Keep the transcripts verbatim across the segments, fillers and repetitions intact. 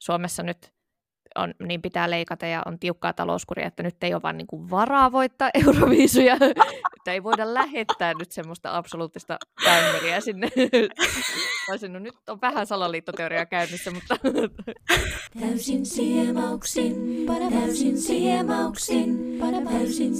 Suomessa nyt on, niin pitää leikata ja on tiukkaa talouskuria, että nyt ei ole vaan niin kuin varaa voittaa Euroviisuja, että ei voida lähettää nyt semmoista absoluuttista bängeriä sinne. Taisin, no nyt on vähän salaliittoteoriaa käynnissä, mutta... Täysin siemauksin, täysin siemauksin, täysin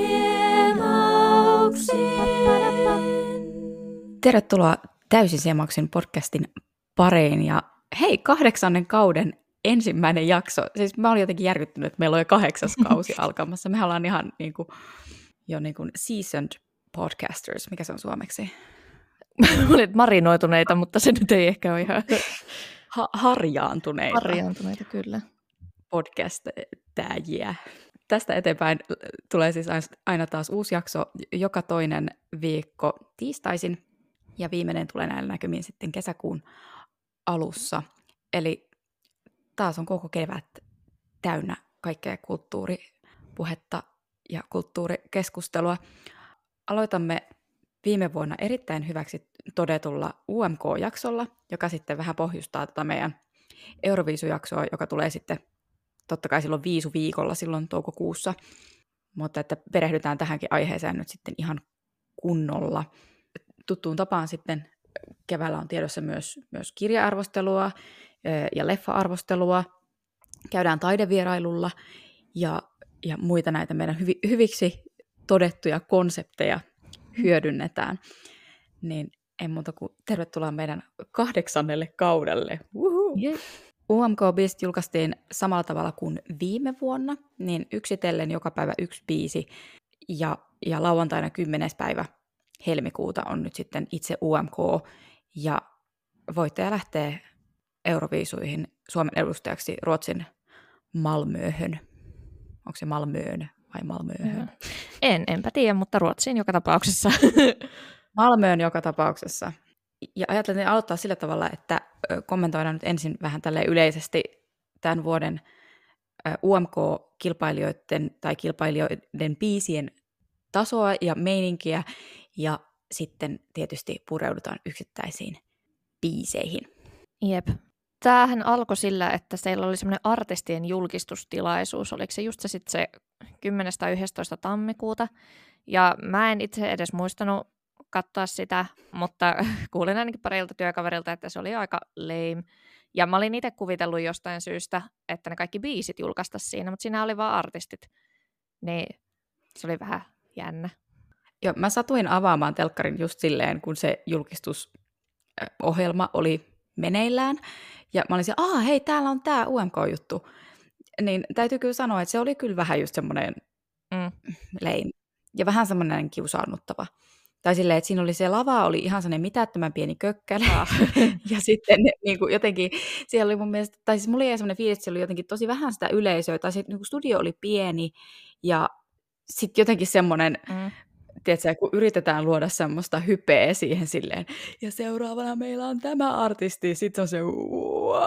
siemauksin. Tervetuloa Täysin siemauksin podcastin pariin ja hei, kahdeksannen kauden ensimmäinen jakso. Siis mä olin jotenkin järkyttynyt, että meillä on jo kahdeksas kausi alkamassa. Me ollaan ihan niin kuin, jo niin kuin seasoned podcasters. Mikä se on suomeksi? Olet marinoituneita, mutta se nyt ei ehkä ole ihan... Ha- harjaantuneita. Harjaantuneita, kyllä. Podcast-tääjiä. Tästä eteenpäin tulee siis aina taas uusi jakso joka toinen viikko tiistaisin. Ja viimeinen tulee näillä näkymin sitten kesäkuun alussa. Eli taas on koko kevät täynnä kaikkea kulttuuripuhetta ja kulttuurikeskustelua. Aloitamme viime vuonna erittäin hyväksi todetulla U M K-jaksolla, joka sitten vähän pohjustaa tätä meidän Euroviisujaksoa, joka tulee sitten totta kai silloin viisu viikolla silloin toukokuussa. Mutta että perehdytään tähänkin aiheeseen nyt sitten ihan kunnolla. Tuttuun tapaan sitten keväällä on tiedossa myös, myös kirja-arvostelua ja leffa-arvostelua. Käydään taidevierailulla ja, ja muita näitä meidän hyvi, hyviksi todettuja konsepteja hyödynnetään. Niin en muuta kuin tervetuloa meidän kahdeksannelle kaudelle. Yeah. U M K Beast julkaistiin samalla tavalla kuin viime vuonna, niin yksitellen joka päivä yksi biisi ja, ja lauantaina kymmenes päivä helmikuuta on nyt sitten itse U M K, ja voittaja lähtee Euroviisuihin Suomen edustajaksi Ruotsin Malmöhön. Onko se Malmöön vai Malmöhön? En, enpä tiedä, mutta Ruotsiin joka tapauksessa. Malmöön joka tapauksessa. Ja ajattelin aloittaa sillä tavalla, että kommentoidaan nyt ensin vähän tälleen yleisesti tämän vuoden U M K-kilpailijoiden tai kilpailijoiden biisien tasoa ja meininkiä, ja sitten tietysti pureudutaan yksittäisiin biiseihin. Jep. Tämähän alkoi sillä, että teillä oli semmoinen artistien julkistustilaisuus. Oliko se just se sitten se kymmenes tai yhdestoista tammikuuta? Ja mä en itse edes muistanut katsoa sitä, mutta kuulin ainakin parilta työkaverilta, että se oli aika lame. Ja mä olin itse kuvitellut jostain syystä, että ne kaikki biisit julkaistaisiin siinä, mutta siinä oli vaan artistit. Niin se oli vähän jännä. Joo, mä satuin avaamaan telkkarin just silleen, kun se julkistusohjelma oli meneillään. Ja mä olin siellä, aah hei, täällä on tää U M K-juttu. Niin täytyy kyllä sanoa, että se oli kyllä vähän just semmoinen mm. lame. Ja vähän semmoinen kiusaannuttava. Tai silleen, että siinä oli se lava, oli ihan sellainen mitättömän pieni kökkäle. Ah. Ja sitten niin kuin jotenkin, siellä oli mun mielestä, tai siis mulla jäi semmoinen fiilis, että siellä oli jotenkin tosi vähän sitä yleisöä. Tai sitten niin studio oli pieni ja sitten jotenkin semmoinen, mm. tiedätkö, kun yritetään luoda semmoista hypeä siihen silleen, ja seuraavana meillä on tämä artisti, sitten on se, wow,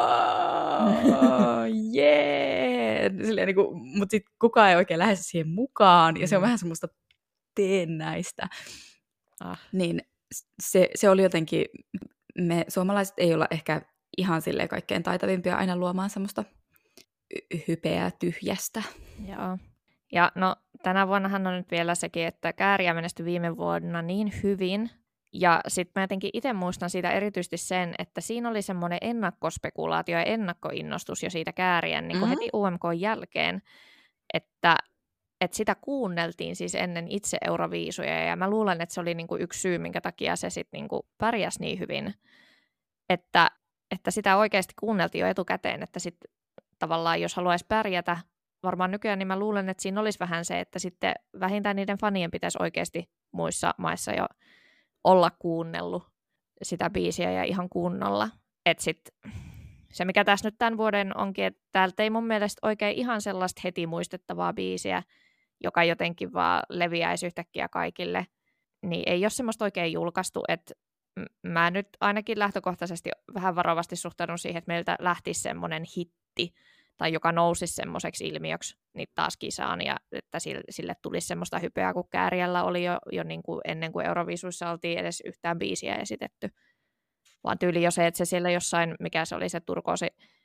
jee, yeah. Niin mutta sitten kukaan ei oikein lähde siihen mukaan, ja se on vähän semmoista teennäistä. Ah. Niin se, se oli jotenkin, me suomalaiset ei olla ehkä ihan silleen kaikkein taitavimpia aina luomaan semmoista hypeää tyhjästä. Joo. Ja no tänä vuonnahan on nyt vielä sekin, että Kääriä menestyi viime vuonna niin hyvin, ja sitten mä jotenkin itse muistan siitä erityisesti sen, että siinä oli semmoinen ennakkospekulaatio ja ennakkoinnostus jo siitä Kääriän niin kuin mm-hmm. heti U M K:n jälkeen, että, että sitä kuunneltiin siis ennen itse Euroviisuja, ja mä luulen, että se oli niin kuin yksi syy, minkä takia se sitten niin kuin pärjäsi niin hyvin, että, että sitä oikeasti kuunneltiin jo etukäteen, että sitten tavallaan jos haluaisi pärjätä, varmaan nykyään, niin mä luulen, että siinä olisi vähän se, että sitten vähintään niiden fanien pitäisi oikeasti muissa maissa jo olla kuunnellut sitä biisiä ja ihan kunnolla. Että sitten se, mikä tässä nyt tämän vuoden onkin, että täältä ei mun mielestä oikein ihan sellaista heti muistettavaa biisiä, joka jotenkin vaan leviäisi yhtäkkiä kaikille, niin ei ole semmoista oikein julkaistu, että mä nyt ainakin lähtökohtaisesti vähän varovasti suhtaudun siihen, että meiltä lähtisi semmoinen hitti, tai joka nousisi semmoiseksi ilmiöksi niin taas kisaan, ja että sille, sille tulisi semmoista hypeä, kun Kääriällä oli jo, jo niin kuin ennen kuin Euroviisuissa oltiin edes yhtään biisiä esitetty. Vaan tyyli jo se, että se siellä jossain, mikä se oli se turkoosi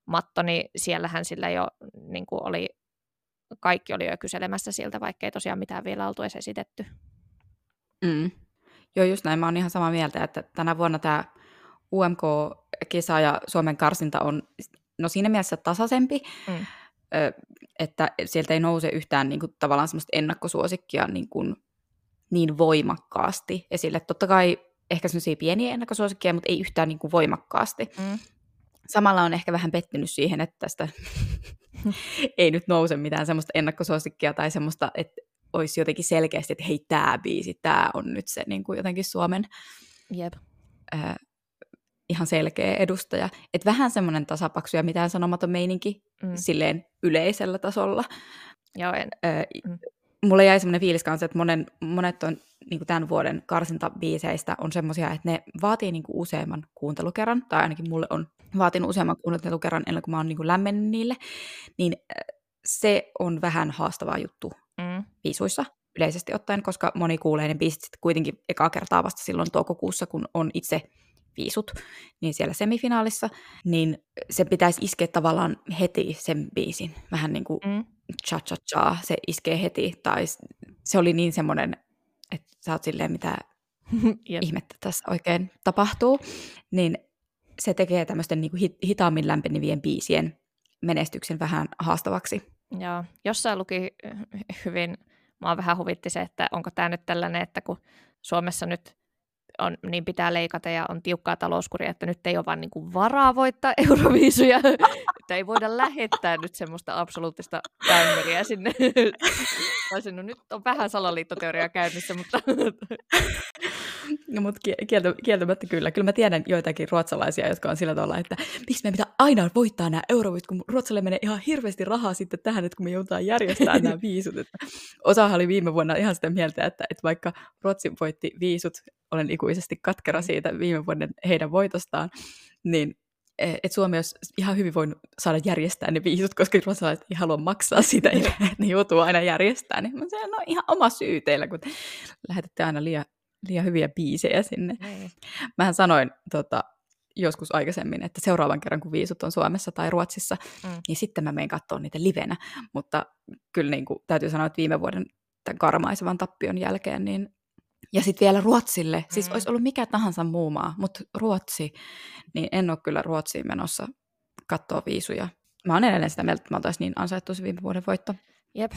matto, niin siellähän sillä jo niin kuin oli, kaikki oli jo kyselemässä siltä, vaikka ei tosiaan mitään vielä oltu edes esitetty. Mm. Joo, just näin. Mä oon ihan samaa mieltä, että tänä vuonna tämä U M K-kisa ja Suomen karsinta on no siinä mielessä tasaisempi, Mm. että sieltä ei nouse yhtään niin kuin, tavallaan semmoista ennakkosuosikkia niin, kuin, niin voimakkaasti esille. Totta kai ehkä semmoisia pieniä ennakkosuosikkia, mutta ei yhtään niin kuin, voimakkaasti. Mm. Samalla on ehkä vähän pettynyt siihen, että tästä ei nyt nouse mitään semmoista ennakkosuosikkia tai semmoista, että olisi jotenkin selkeästi, että hei, tämä biisi, tämä on nyt se niin kuin jotenkin Suomen Jep. Äh, ihan selkeä edustaja. Että vähän semmoinen tasapaksu ja mitään sanomaton meininki Mm. silleen yleisellä tasolla. Joo, en, Äh, mm. Mulle jäi semmoinen fiilis kanssa, että monen, monet on niin kuin tämän vuoden karsintabiiseistä on semmoisia, että ne vaatii niin kuin useamman kuuntelukerran, tai ainakin mulle on vaatinut useamman kuuntelukerran ennen kuin mä oon niin kuin lämmennyt niille, niin äh, se on vähän haastava juttu Mm. viisuissa yleisesti ottaen, koska moni kuulee ne biisit sitten kuitenkin ekaa kertaa vasta silloin toukokuussa, kun on itse viisut, niin siellä semifinaalissa, niin se pitäisi iskeä tavallaan heti sen biisin. Vähän niin kuin Mm. cha-cha-cha, se iskee heti, tai se oli niin semmoinen, että sä oot silleen, mitä Jep. ihmettä tässä oikein tapahtuu, niin se tekee tämmöisten niin kuin hit- hitaammin lämpenevien biisien menestyksen vähän haastavaksi. Joo, jossain luki hyvin, mua vähän huvitti se, että onko tämä nyt tällainen, että kun Suomessa nyt on, niin pitää leikata ja on tiukkaa talouskuria, että nyt ei ole vaan niin kuin varaa voittaa Euroviisuja, että ei voida lähettää nyt semmoista absoluuttista tämmöriä sinne. Mä sanoin, no nyt on vähän salaliittoteoria käynnissä, mutta... No, mutta kieltä, kieltämättä kyllä. Kyllä mä tiedän joitakin ruotsalaisia, jotka on sillä tavalla, että miksi me pitää aina voittaa nämä Euroviisut, kun Ruotsalle menee ihan hirveästi rahaa sitten tähän, että kun me joudutaan järjestämään nämä viisut. Että osahan oli viime vuonna ihan sitä mieltä, että, että vaikka Ruotsi voitti viisut, olen ikuisesti katkera siitä viime vuoden heidän voitostaan, niin että Suomi olisi ihan hyvin voinut saada järjestää ne viisut, koska ruotsalaiset ei halua maksaa sitä, että ne joutuu aina järjestämään. Niin se on no, ihan oma syy teillä, kun lähetätte aina liian liian hyviä biisejä sinne. Ei. Mähän sanoin tota, joskus aikaisemmin, että seuraavan kerran, kun viisut on Suomessa tai Ruotsissa, Mm. niin sitten mä menen katsoa niitä livenä. Mutta kyllä niin kuin, täytyy sanoa, että viime vuoden tämän karmaisevan tappion jälkeen, niin ja sitten vielä Ruotsille, siis Mm. olisi ollut mikä tahansa muu maa, mutta Ruotsi, niin en ole kyllä Ruotsiin menossa katsoa viisuja. Mä oon edelleen sitä mieltä, että mä oltaisiin niin ansaittu se viime vuoden voitto. Jep,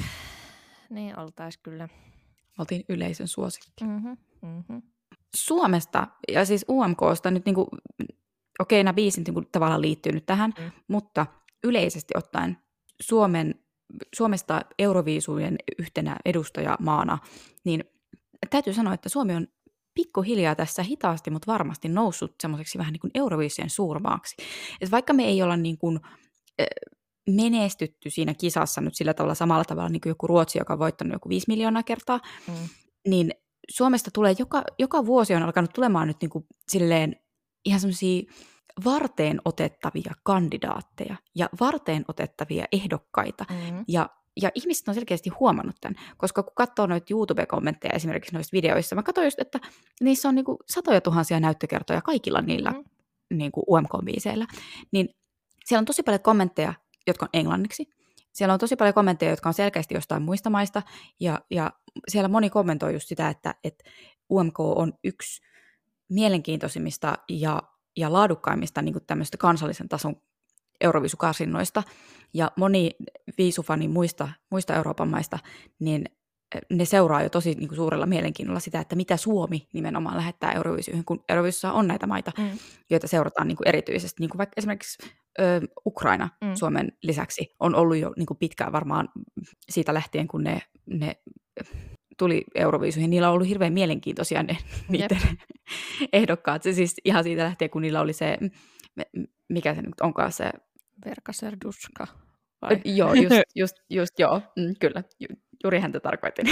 niin oltais kyllä. Oltiin yleisön suosikki. Mm-hmm. Mm-hmm. Suomesta ja siis U M K:sta nyt niinku, okei, nämä biisit niinku tavallaan liittyy nyt tähän, Mm. mutta yleisesti ottaen Suomen, Suomesta Euroviisujen yhtenä edustajamaana, niin täytyy sanoa, että Suomi on pikkuhiljaa tässä hitaasti, mutta varmasti noussut semmoiseksi vähän niin kuin Euroviisujen suurmaaksi. Et vaikka me ei olla niin kuin, äh, menestytty siinä kisassa nyt sillä tavalla samalla tavalla niin kuin joku Ruotsi, joka on voittanut joku viisi miljoonaa kertaa, Mm. niin Suomesta tulee joka, joka vuosi on alkanut tulemaan nyt niin kuin silleen ihan semmoisia varteen otettavia kandidaatteja ja varteen otettavia ehdokkaita. Mm. Ja, ja ihmiset on selkeästi huomannut tämän, koska kun katsoo noita YouTube-kommentteja esimerkiksi noista videoissa, mä katsoin just, että niissä on niinku satoja tuhansia näyttökertoja kaikilla niillä Mm. niinku U M K-biiseillä. Niin siellä on tosi paljon kommentteja, jotka on englanniksi. Siellä on tosi paljon kommentteja, jotka on selkeästi jostain muista maista, ja, ja siellä moni kommentoi just sitä, että, että U M K on yksi mielenkiintoisimmista ja, ja laadukkaimmista niin kuin tämmöistä kansallisen tason Euroviisukarsinnoista, ja moni viisufani muista, muista Euroopan maista, niin ne seuraa jo tosi niin kuin suurella mielenkiinnolla sitä, että mitä Suomi nimenomaan lähettää Euroviisuihin, kun Euroviisussa on näitä maita, Mm. joita seurataan niin kuin erityisesti, niin kuin vaikka esimerkiksi ö, Ukraina Mm. Suomen lisäksi on ollut jo niin kuin pitkään varmaan siitä lähtien, kun ne, ne tuli Euroviisuihin. Niillä on ollut hirveän mielenkiintoisia ne, niiden ehdokkaat. Se siis ihan siitä lähtien, kun niillä oli se, mikä se nyt onkaan se... Verka Serduska. Vai? Joo, just, just, just joo, mm, kyllä. Ju, juuri häntä tarkoitin.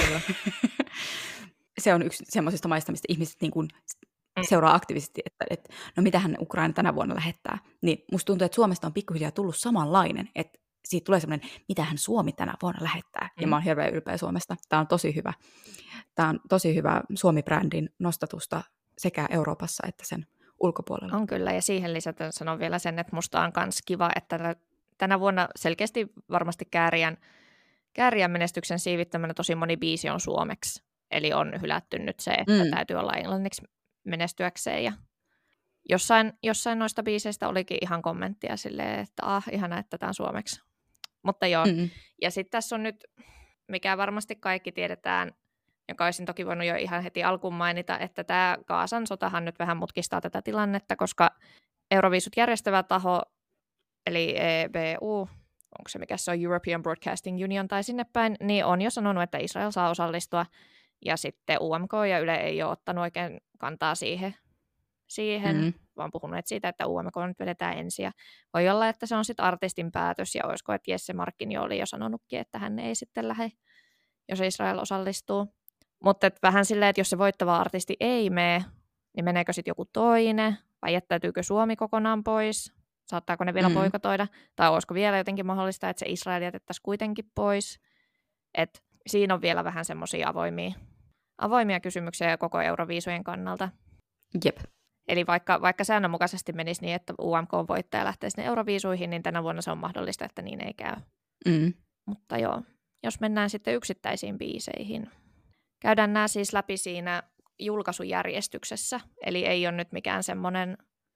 Se on yksi semmoisista maista, mistä ihmiset niin kuin seuraa aktiivisesti, että, että no mitähän Ukraina tänä vuonna lähettää. Niin musta tuntuu, että Suomesta on pikkuhiljaa tullut samanlainen, että siitä tulee semmoinen, mitähän Suomi tänä vuonna lähettää. Mm. Ja mä oon hirveän ylpeä Suomesta. Tämä on tosi hyvä. Tämä on tosi hyvä Suomi-brändin nostatusta sekä Euroopassa että sen ulkopuolella. On kyllä, ja siihen lisätään sanon vielä sen, että musta on myös kiva, että tänä vuonna selkeästi varmasti Kääriän, Kääriän menestyksen siivittämänä tosi moni biisi on suomeksi. Eli on hylätty nyt se, että Mm. täytyy olla englanniksi menestyäkseen. Ja jossain, jossain noista biiseistä olikin ihan kommenttia silleen, että ah, ihana, että tämä on suomeksi. Mutta joo, Mm. ja sitten tässä on nyt, mikä varmasti kaikki tiedetään, joka olisin toki voinut jo ihan heti alkuun mainita, että tämä Gazan sotahan nyt vähän mutkistaa tätä tilannetta, koska Euroviisut järjestävä taho, eli E B U, onko se mikä se on, European Broadcasting Union tai sinne päin, niin on jo sanonut, että Israel saa osallistua, ja sitten U M K ja Yle ei ole ottanut oikein kantaa siihen, siihen Mm. vaan puhuneet siitä, että U M K nyt vedetään ensin, ja voi olla, että se on sitten artistin päätös, ja olisiko, että Jesse Markkin jo oli jo sanonutkin, että hän ei sitten lähde, jos Israel osallistuu. Mutta vähän silleen, että jos se voittava artisti ei mene, niin meneekö sitten joku toinen, vai jättäytyykö Suomi kokonaan pois? Saattaako ne vielä Mm. boikotoida? Tai olisiko vielä jotenkin mahdollista, että se Israel jätettäisiin kuitenkin pois? Et siinä on vielä vähän semmoisia avoimia, avoimia kysymyksiä koko Euroviisujen kannalta. Jep. Eli vaikka, vaikka säännönmukaisesti menisi niin, että U M K voittaja lähtee sinne Euroviisuihin, niin tänä vuonna se on mahdollista, että niin ei käy. Mm. Mutta joo, jos mennään sitten yksittäisiin biiseihin. Käydään nämä siis läpi siinä julkaisujärjestyksessä, eli ei ole nyt mikään semmoinen,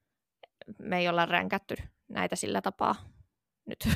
me ei olla ränkätty näitä sillä tapaa nyt,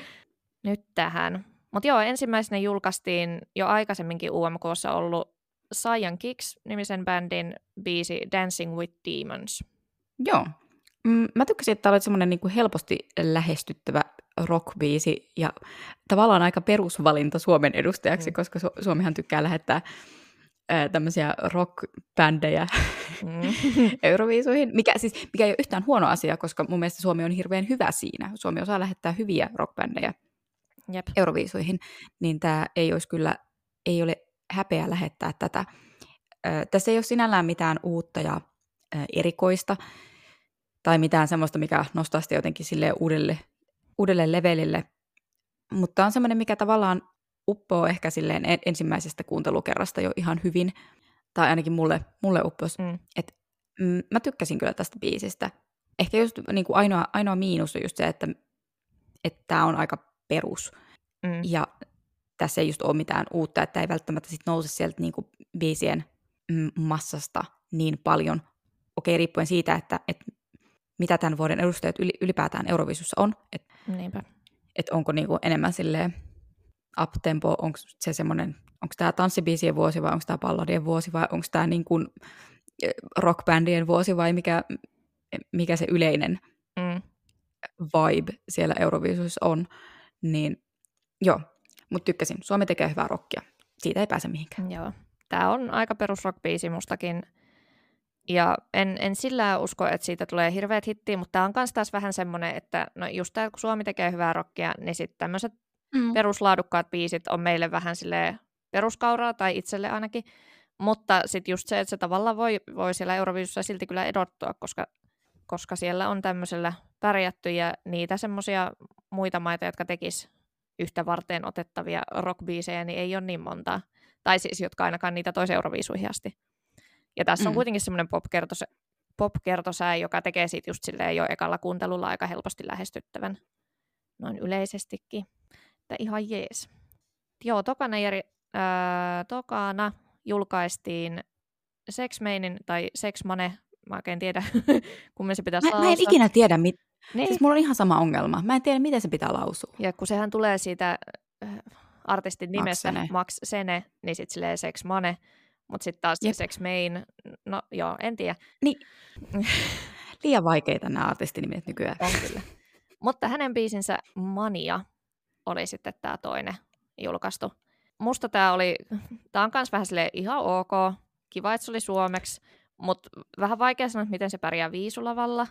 nyt tähän. Mutta joo, ensimmäisenä julkaistiin jo aikaisemminkin U M K:ssa ollut Cyan Kicks-nimisen bändin biisi Dancing with Demons. Joo. Mm, Mä tykkäsin, että tämä oli semmoinen niin kuin helposti lähestyttävä rockbiisi ja tavallaan aika perusvalinta Suomen edustajaksi, Mm. koska Su- Suomihan tykkää lähettää ää, tämmöisiä rockbändejä Mm. Euroviisuihin, mikä, siis, mikä ei ole yhtään huono asia, koska mun mielestä Suomi on hirveän hyvä siinä. Suomi osaa lähettää hyviä rockbändejä Jep. Euroviisuihin, niin tämä ei olisi kyllä, ei ole häpeä lähettää tätä. Ö, tässä ei ole sinällään mitään uutta ja ö, erikoista, tai mitään semmoista, mikä nostaa sitä jotenkin silleen uudelle, uudelle levelille, mutta on semmoinen, mikä tavallaan uppoo ehkä silleen en- ensimmäisestä kuuntelukerrasta jo ihan hyvin, tai ainakin mulle, mulle upposi, Mm. että mm, mä tykkäsin kyllä tästä biisistä. Ehkä just niin kuin ainoa, ainoa miinus on just se, että että tämä on aika perus, Mm. ja tässä ei just ole mitään uutta, että ei välttämättä sit nouse sieltä niin kuin biisien mm, massasta niin paljon. Okei, riippuen siitä, että, että mitä tämän vuoden edustajat ylipäätään Euroviisussa on, että Niinpä. et onko niinku enemmän silleen up-tempo, onko se semmoinen, onko tämä tanssibiisien vuosi vai onko tämä balladien vuosi vai onko tämä niinku rockbändien vuosi vai mikä, mikä se yleinen Mm. vibe siellä Euroviisussa on, niin joo, mutta tykkäsin. Suomi tekee hyvää rockia, siitä ei pääse mihinkään. Joo. Tämä on aika perus rock-biisi mustakin. Ja en, en sillä usko, että siitä tulee hirveät hittiä, mutta tämä on myös taas vähän semmoinen, että no just tämä, kun Suomi tekee hyvää rockia, niin sitten tämmöiset Mm. peruslaadukkaat biisit on meille vähän silleen peruskauraa, tai itselle ainakin. Mutta sitten just se, että se tavallaan voi, voi siellä Euroviisussa silti kyllä edottua, koska, koska siellä on tämmöisellä pärjätty, ja niitä semmoisia muita maita, jotka tekis yhtä varten otettavia rockbiisejä, niin ei ole niin montaa. Tai siis, jotka ainakaan niitä toisi Euroviisuihin asti. Ja tässä on Mm. kuitenkin semmoinen pop-kertosä, pop-kertosää, joka tekee siitä just silleen jo ekalla kuuntelulla aika helposti lähestyttävän noin yleisestikin. Että ihan jees. Joo, tokana, järi, ää, tokana julkaistiin Sex Mainin tai Sex Money, mä oikein tiedä, kummin se pitäisi Mä, mä en lausua. ikinä tiedä, mit... Niin. siis mulla on ihan sama ongelma. Mä en tiedä, miten se pitää lausua. Ja kun sehän tulee siitä äh, artistin nimestä, Sene. Max Sene, niin sitten silleen Sex Money, mutta sitten taas Jep. Sex Main, no joo, en tiedä. Niin. Liian vaikeita nämä artistinimet nykyään. On kyllä. Mutta hänen biisinsä Mania oli sitten tämä toinen julkaistu. Musta tämä oli, tämä on myös vähän silleen ihan ok, kiva, että se oli suomeksi, mutta vähän vaikea sanoa, että miten se pärjää viisulavalla.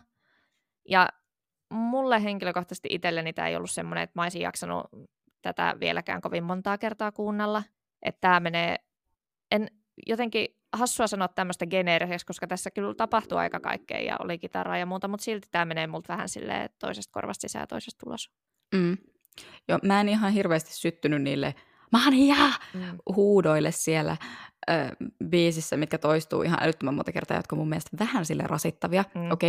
Ja mulle henkilökohtaisesti itselleni tämä ei ollut semmoinen, että mä olisin jaksanut tätä vieläkään kovin montaa kertaa kuunnella. Että tämä menee, en jotenkin hassua sanoa tämmöistä geneeriseksi, koska tässä kyllä tapahtuu aika kaikkea ja oli kitaraa ja muuta, mutta silti tämä menee multa vähän silleen toisesta korvasta sisään ja toisesta tulos. Mm. Joo, mä en ihan hirveästi syttynyt niille Mania Mm. huudoille siellä ö, biisissä, mitkä toistuu ihan älyttömän monta kertaa, jotka on mun mielestä vähän sille rasittavia. Mm. Okei,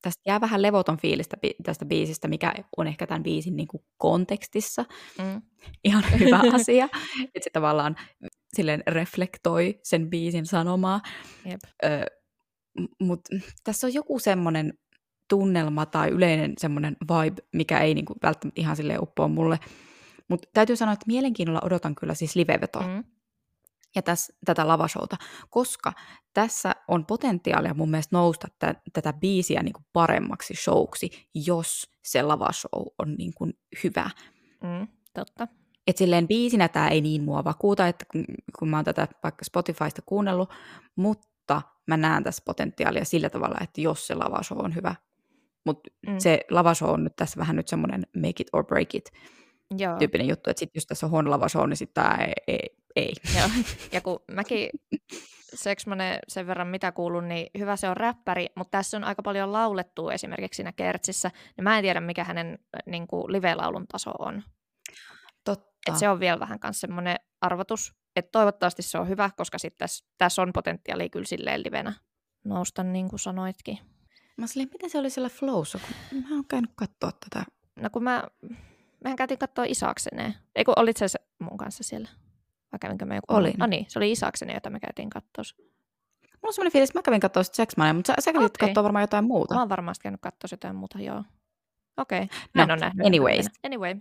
tästä jää vähän levoton fiilistä bi- tästä biisistä, mikä on ehkä tämän biisin niin kuin kontekstissa Mm. ihan hyvä asia, että se tavallaan silleen reflektoi sen biisin sanomaa. Jep. Ö, Mutta tässä on joku semmoinen tunnelma tai yleinen semmoinen vibe, mikä ei niinku välttämättä ihan silleen uppoa mulle. Mutta täytyy sanoa, että mielenkiinnolla odotan kyllä siis livevetoa Mm. ja täs, tätä lavashowta, koska tässä on potentiaalia mun mielestä nousta tä, tätä biisiä niinku paremmaksi showksi, jos se lavashow on niinku hyvä. Mm. Totta. Että silleen biisinä tämä ei niin mua vakuuta, että kun, kun mä oon tätä vaikka Spotifysta kuunnellut, mutta mä näen tässä potentiaalia sillä tavalla, että jos se lavashow on hyvä. Mutta Mm. se lavashow on nyt tässä vähän nyt semmoinen make it or break it Joo. tyyppinen juttu, että sit jos tässä on huono lavashow, niin sitten tämä ei. ei, ei. Joo. Ja kun mäkin Sexmonen sen verran mitä kuulun, niin hyvä se on räppäri, mutta tässä on aika paljon laulettua esimerkiksi siinä Kertsissä, niin mä en tiedä mikä hänen niin kuin live-laulun taso on. Totta. Et se on vielä vähän myös semmoinen arvotus, että toivottavasti se on hyvä, koska sitten tässä täs on potentiaalia kyllä silleen livenä nousta, niin kuin sanoitkin. Mä silleen, miten se oli siellä flowssa, kun mä oon käynyt katsoa tätä. No kun mä, mehän käytiin katsoa Isakseneen. Ei kun olit sä se mun kanssa siellä? Vai kävinkö mä joku? Olin. No niin, se oli Isakseneen, jota me käytiin katsoa. Mulla on semmoinen fiilis, että mä kävin katsoa Sexmania, mutta sä, sä kävit Okei. katsoa varmaan jotain muuta. Mä oon varmasti käynyt katsoa jotain muuta, joo. Okei, okay. mä en No, ole nähnyt. anyways. Anyway.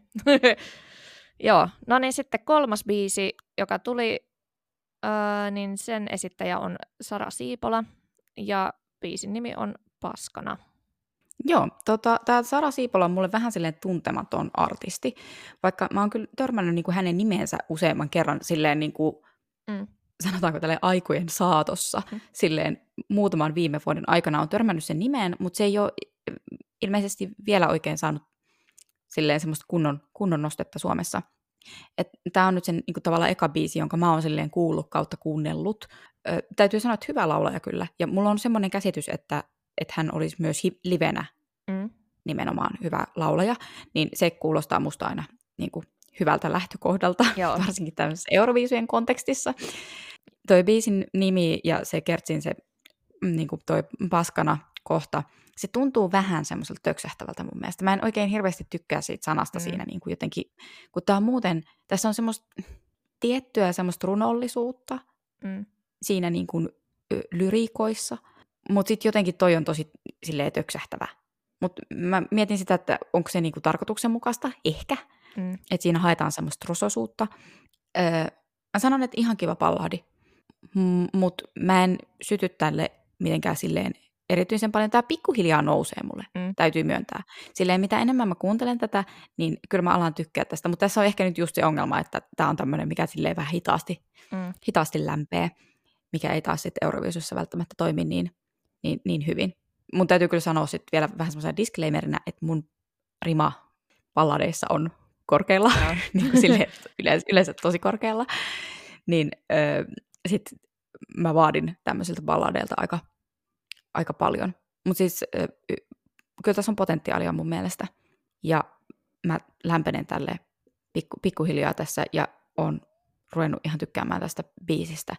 Joo, no niin sitten kolmas biisi, joka tuli, öö, niin sen esittäjä on Sara Siipola ja biisin nimi on Paskana. Joo, tota, tämä Sara Siipola on mulle vähän silleen tuntematon artisti, vaikka mä oon kyllä törmännyt niinku hänen nimensä useamman kerran silleen niinku, Mm. sanotaanko tälle aikujen saatossa, Mm. silleen muutaman viime vuoden aikana on törmännyt sen nimeen, mutta se ei ole ilmeisesti vielä oikein saanut silleen semmoista kunnon, kunnon nostetta Suomessa. Tämä on nyt sen niinku, tavallaan eka biisi, jonka mä oon silleen kuullut kautta kuunnellut. Ö, täytyy sanoa, että hyvä laulaja kyllä, ja mulla on semmoinen käsitys, että, että hän olisi myös hi- livenä Mm. nimenomaan hyvä laulaja, niin se kuulostaa musta aina niin kuin hyvältä lähtökohdalta, Joo. varsinkin tämmöisessä Euroviisujen kontekstissa. Toi biisin nimi ja se Kertsin se niin kuin toi Paskana kohta, se tuntuu vähän semmoiselta töksähtävältä mun mielestä. Mä en oikein hirveästi tykkää siitä sanasta Mm. siinä niin kuin jotenkin, kun tää on muuten, tässä on semmoista tiettyä semmoista runollisuutta Mm. siinä niin kuin ö, lyriikoissa, mutta sitten jotenkin toi on tosi silleen töksähtävä. Mutta mä mietin sitä, että onko se niinku tarkoituksenmukaista, ehkä, Mm. että siinä haetaan semmoista rososuutta. Öö, mä sanon, että ihan kiva balladi, mutta mä en syty tälle mitenkään silleen erityisen paljon. Tämä pikkuhiljaa nousee mulle, Mm. täytyy myöntää. Silleen mitä enemmän mä kuuntelen tätä, niin kyllä mä alan tykkää tästä. Mutta tässä on ehkä nyt just se ongelma, että tämä on tämmöinen, mikä silleen vähän hitaasti, Mm. hitaasti lämpee, mikä ei taas sitten Euroviisussa välttämättä toimi niin, niin, niin hyvin. Mun täytyy kyllä sanoa sitten vielä vähän semmoisena disclaimerina, että mun rima balladeissa on korkealla, Joo. niin kuin silleen, yleensä, yleensä tosi korkealla, niin öö, sitten mä vaadin tämmöisiltä balladeilta aika, aika paljon. Mutta siis öö, kyllä tässä on potentiaalia mun mielestä, ja mä lämpenen tälle pikku, pikkuhiljaa tässä, ja oon ruvennut ihan tykkäämään tästä biisistä.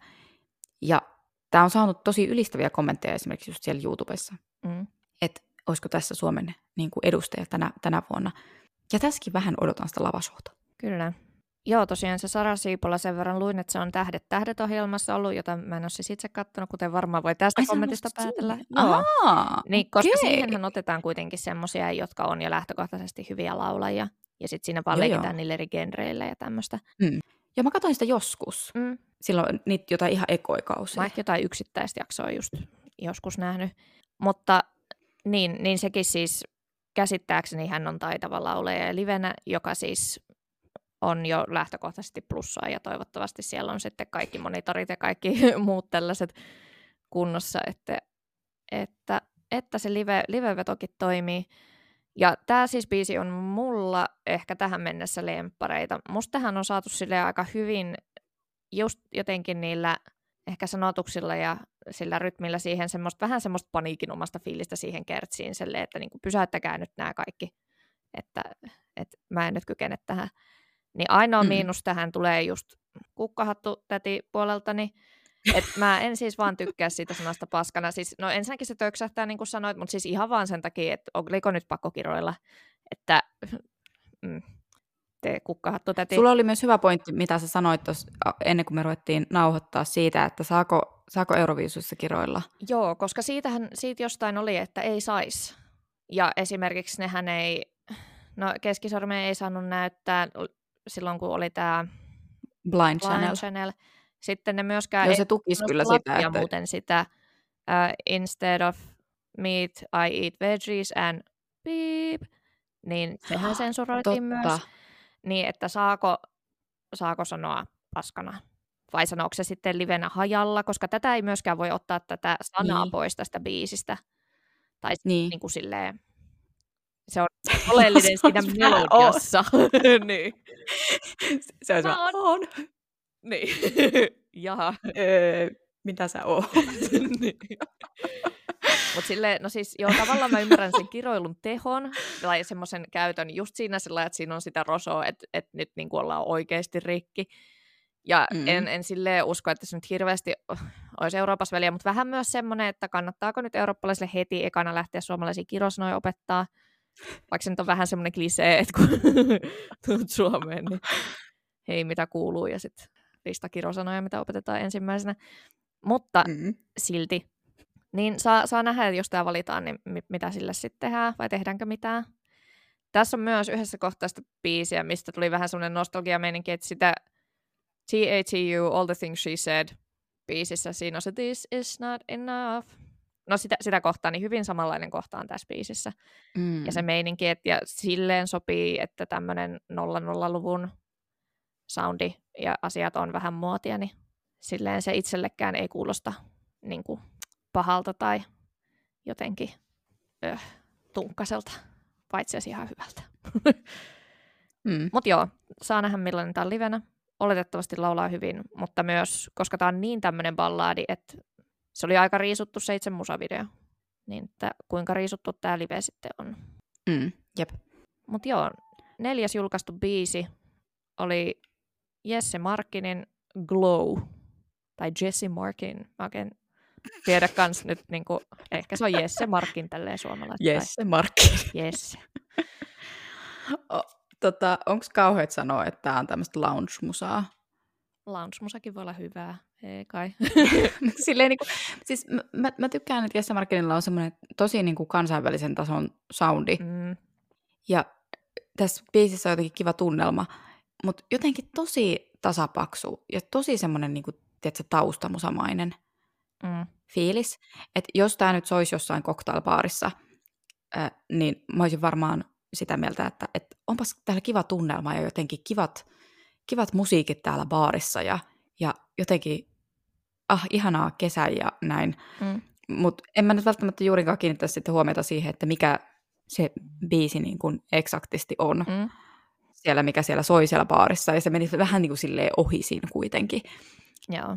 Ja tämä on saanut tosi ylistäviä kommentteja esimerkiksi just siellä YouTubessa, Mm. että olisiko tässä Suomen niin kuin edustaja tänä, tänä vuonna. Ja tässäkin vähän odotan sitä lavashowta. Kyllä. Joo, tosiaan se Sara Siipola sen verran luin, että se on Tähdet tähdet -ohjelmassa ollut, jota mä en ole siis itse katsonut, kuten varmaan voi tästä Ai, sä kommentista nostat päätellä. sinne. Joo. Ahaa, Niin, koska okei. siihenhän otetaan kuitenkin semmoisia, jotka on jo lähtökohtaisesti hyviä laulajia. Ja sitten siinä vaan Joo, leikitään joo. niille eri genreille ja tämmöistä. Mm. Ja mä katsoin sitä joskus. Mm. Silloin niitä jotain ihan ekoikausia. Mä oon ehkä jotain yksittäistä jaksoa just joskus nähnyt. Mutta niin, niin sekin siis käsittääkseni hän on taitava laulaja ja livenä, joka siis on jo lähtökohtaisesti plussaa ja toivottavasti siellä on sitten kaikki monitorit ja kaikki muut tällaiset kunnossa, että, että, että se live, livevetokin toimii. Ja tämä siis biisi on mulla ehkä tähän mennessä lemppareita. Musta tähän on saatu silleen aika hyvin just jotenkin niillä ehkä sanotuksilla ja sillä rytmillä siihen semmoista, vähän semmoista paniikinomasta fiilistä siihen Kertsiin, silleen, että niinku pysäyttäkää nyt nämä kaikki, että, että mä en nyt kykene tähän. Niin ainoa Mm. miinus tähän tulee just kukkahattu täti puoleltani, Et mä en siis vaan tykkää siitä sanasta paskana. Siis, no ensinnäkin se töksähtää, niin kuin sanoit, mutta siis ihan vaan sen takia, että oliko nyt pakko kiroilla, että mm, te kukkahattu täti. Sulla oli myös hyvä pointti, mitä sä sanoit tuossa ennen kuin me ruvettiin nauhoittaa siitä, että saako, saako Euroviisuissa kiroilla? Joo, koska siitähän, siitä jostain oli, että ei saisi. Ja esimerkiksi nehän ei, no keskisormea ei saanut näyttää silloin, kun oli tämä Blind, Blind Channel. Channel. Sitten ne myöskään Joo, se tukisi kyllä sitä, että... muuten sitä uh, instead of meat, I eat veggies and beep, niin sehän sensuroitiin myös. Niin, että saako, saako sanoa paskana? Vai sanooko se sitten livenä hajalla? Koska tätä ei myöskään voi ottaa tätä sanaa niin. pois tästä biisistä. Tai niin. niin kuin silleen, se on oleellinen siinä melodiassa. niin. Se on se, on. Niin. Jaha. Öö, mitä sä oot? niin. Mutta silleen, no siis joo, tavallaan mä ymmärrän sen kiroilun tehon tai semmoisen käytön just siinä sillä, että siinä on sitä rosoa, että, että nyt niin kuin ollaan oikeasti rikki. Ja mm. en, en silleen usko, että se nyt hirveästi olisi Euroopassa väliä, mutta vähän myös semmoinen, että kannattaako nyt eurooppalaisille heti ekana lähteä suomalaisia kirosanoja opettaa, vaikka se nyt on vähän semmoinen klisee, että kun tulet Suomeen, niin hei mitä kuuluu ja sitten lista kirosanoja, mitä opetetaan ensimmäisenä. Mutta mm. silti. Niin saa, saa nähdä, että jos tämä valitaan, niin mit, mitä sille sitten tehdään, vai tehdäänkö mitään. Tässä on myös yhdessä kohtaa sitä biisiä, mistä tuli vähän semmoinen nostalgia-meininki, että sitä T A T U, All the Things She Said, biisissä siinä on se This is not enough. No sitä, sitä kohtaa, niin hyvin samanlainen kohta on tässä biisissä. Mm. Ja se meininki, että ja silleen sopii, että tämmöinen nolla nolla-luvun soundi ja asiat on vähän muotia, niin silleen se itsellekään ei kuulosta niin kuin pahalta tai jotenkin öh, tunkkaselta, paitsi ihan hyvältä. mm. Mutta joo, saa nähdä millainen tämä on livenä. Oletettavasti laulaa hyvin, mutta myös, koska tämä on niin tämmöinen ballaadi, että se oli aika riisuttu se itse musavideo. Niin että kuinka riisuttu tämä live sitten on. Mm, jep. Mutta joo, neljäs julkaistu biisi oli Jesse Markkinin Glow. Tai Jesse Markin. Mä oikein tiedä kans nyt, niinku, ehkä se on Jesse Markin tälleen suomalaista. Jesse Markin. Jesse. Tota, onko kauheat sanoa, että tämä on tämmöistä lounge-musaa? Lounge-musakin voi olla hyvää, ei kai. Silleen, niin kuin, siis mä, mä tykkään, että Jesse Markinilla on semmoinen tosi niin kuin kansainvälisen tason soundi. Mm. Ja tässä biisissä on jotenkin kiva tunnelma, mutta jotenkin tosi tasapaksu ja tosi semmoinen niin kuin, tiedätkö, taustamusamainen mm. fiilis. Että jos tämä nyt soisi jossain cocktailbaarissa, äh, niin mä olisin varmaan sitä mieltä, että, että onpas täällä kiva tunnelma ja jotenkin kivat, kivat musiikit täällä baarissa ja, ja jotenkin ah, ihanaa kesä ja näin. Mm. Mutta en mä nyt välttämättä juurikaan kiinnittää sitten huomiota siihen, että mikä se biisi niin kuin eksaktisti on mm. siellä, mikä siellä soi siellä baarissa. Ja se meni vähän niin kuin silleen ohi siinä kuitenkin. Joo.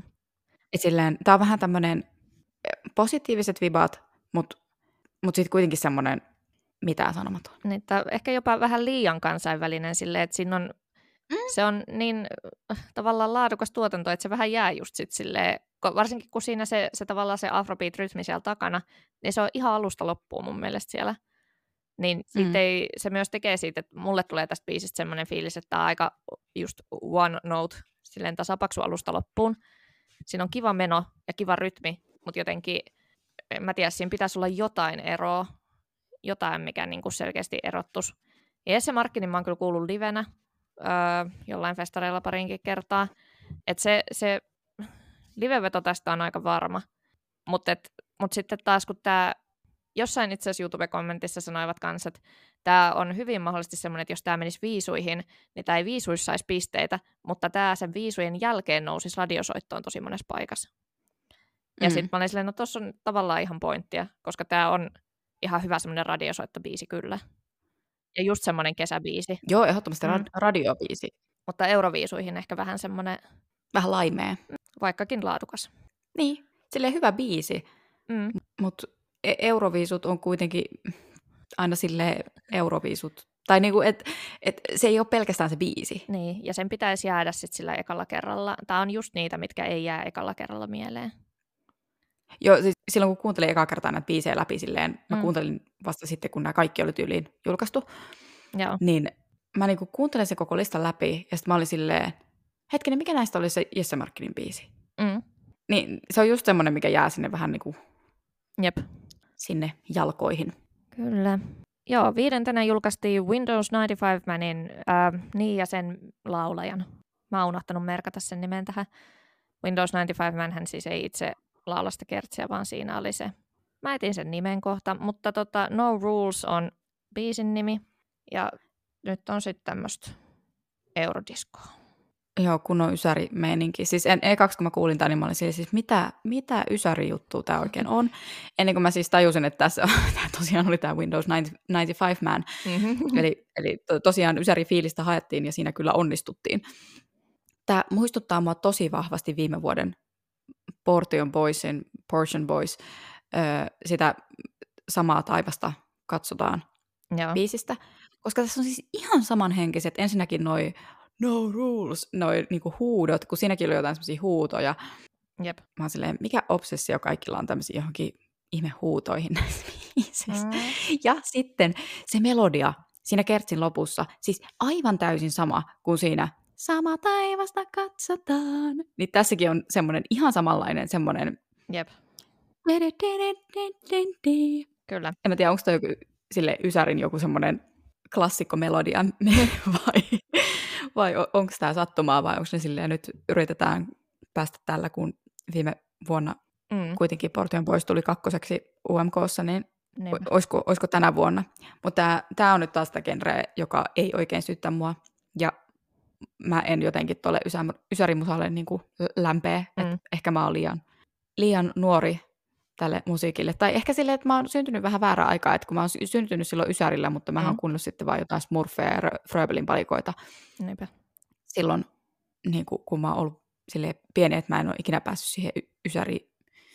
Tää on vähän tämmöinen positiiviset vibat, mutta mut sitten kuitenkin semmoinen mitään sanomaton. Niin, ehkä jopa vähän liian kansainvälinen silleen, että siinä on, mm. se on niin tavallaan laadukas tuotanto, että se vähän jää just sit silleen, varsinkin kun siinä se, se tavallaan se afrobeat-rytmi siellä takana, niin se on ihan alusta loppuun mun mielestä siellä. Niin mm. ei, se myös tekee siitä, että mulle tulee tästä biisistä semmoinen fiilis, että tämä on aika just one note, silleen tasapaksu alusta loppuun. Siinä on kiva meno ja kiva rytmi, mutta jotenkin, en mä tiedä, siinä pitäisi olla jotain eroa, jotain, mikä niin kuin selkeästi erottuisi. Ja Jesse Markkinin mä oon kyllä kuullut livenä öö, jollain festareilla parinkin kertaa. Että se, se liveveto tästä on aika varma. Mutta mut sitten taas kun tämä, jossain itse asiassa YouTube-kommentissa sanoivat kanssa, että tämä on hyvin mahdollisesti semmoinen, että jos tämä menisi viisuihin, niin tämä ei viisuissa saisi pisteitä, mutta tämä sen viisujen jälkeen nousisi radiosoittoon tosi monessa paikassa. Ja mm. sitten mä olin silleen, no tossa on tavallaan ihan pointtia, koska tämä on ihan hyvä semmoinen radiosoittobiisi kyllä. Ja just semmoinen kesäbiisi. Joo, ehdottomasti mm. rad- radiobiisi. Mutta Euroviisuihin ehkä vähän semmoinen... Vähän laimea. Vaikkakin laadukas. Niin, silleen hyvä biisi. Mm. Mutta Euroviisut on kuitenkin aina silleen Euroviisut Tai niinku, että et se ei ole pelkästään se biisi. Niin, ja sen pitäisi jäädä sitten sillä ekalla kerralla. Tämä on just niitä, mitkä ei jää ekalla kerralla mieleen. Joo, siis silloin kun kuuntelin ekaa kertaa näitä biisejä läpi silleen, mä Mm. kuuntelin vasta sitten, kun nämä kaikki oli tyyliin julkaistu, Joo. niin mä niinku kuuntelin sen koko listan läpi, ja sitten mä olin silleen, hetkinen, mikä näistä oli se Jesse Markkinin biisi? Mm. Niin se on just semmoinen, mikä jää sinne vähän niinku Jep. sinne jalkoihin. Kyllä. Joo, viidentenä julkaistiin Windows yhdeksänkymmentäviisi Manin äh, niin ja sen laulajan. Mä oon unohtanut merkata sen nimen tähän. Windows yhdeksänkymmentäviisi Man hän siis ei itse laula sitä kertsiä, vaan siinä oli se. Mä etin sen nimen kohta, mutta tota, No Rules on biisin nimi. Ja nyt on sitten tämmöistä eurodiskoa. Joo, kun on ysäri-meininki. Siis en, ekaksi kun mä kuulin tämän, niin mä olin siis, siis mitä, mitä ysäri-juttua tämä oikein on. Ennen kuin mä siis tajusin, että tässä tämä tosiaan oli tämä Windows yhdeksänkymmentäviisi Man. Mm-hmm. Eli, eli to, tosiaan ysäri-fiilistä haettiin ja siinä kyllä onnistuttiin. Tämä muistuttaa mua tosi vahvasti viime vuoden Portion Boysin, Portion Boys, öö, sitä samaa taivasta katsotaan Joo. biisistä. Koska tässä on siis ihan samanhenkiset, ensinnäkin noi no rules, noi niinku huudot, kun siinäkin oli jotain semmoisia huutoja. Jep. Mä oon silleen, mikä obsessio kaikilla on tämmöisiä johonkin ihme huutoihin näissä biiseissä. Mm. Ja sitten se melodia siinä kertsin lopussa, siis aivan täysin sama kuin siinä sama taivasta katsotaan. Niin tässäkin on semmoinen ihan samanlainen semmoinen. Jep. Kyllä. En mä tiedä, onko toi joku sille ysärin joku semmoinen klassikkomelodia vai, vai onko tämä sattumaa vai onko ne silleen nyt yritetään päästä tällä, kun viime vuonna Mm. kuitenkin Portion Boys tuli kakkoseksi U M K:ssa, niin Niinpä. olisiko, olisiko tänä vuonna. Mutta tämä on nyt taas sitä genreä, joka ei oikein syyttä mua ja mä en jotenkin tuolle ysä, ysärimusalle niin kuin lämpeä, Mm. että ehkä mä oon liian, liian nuori tälle musiikille. Tai ehkä silleen, että mä oon syntynyt vähän väärää aikaa, että kun mä oon sy- syntynyt silloin ysärillä, mutta mä Mm. oon kuunnellut sitten vaan jotain Smurfeja ja Rö- Fröbelin palikoita Niinpä. silloin, niin kuin, kun mä oon ollut silleen pieni, että mä en ole ikinä päässyt siihen y- ysäri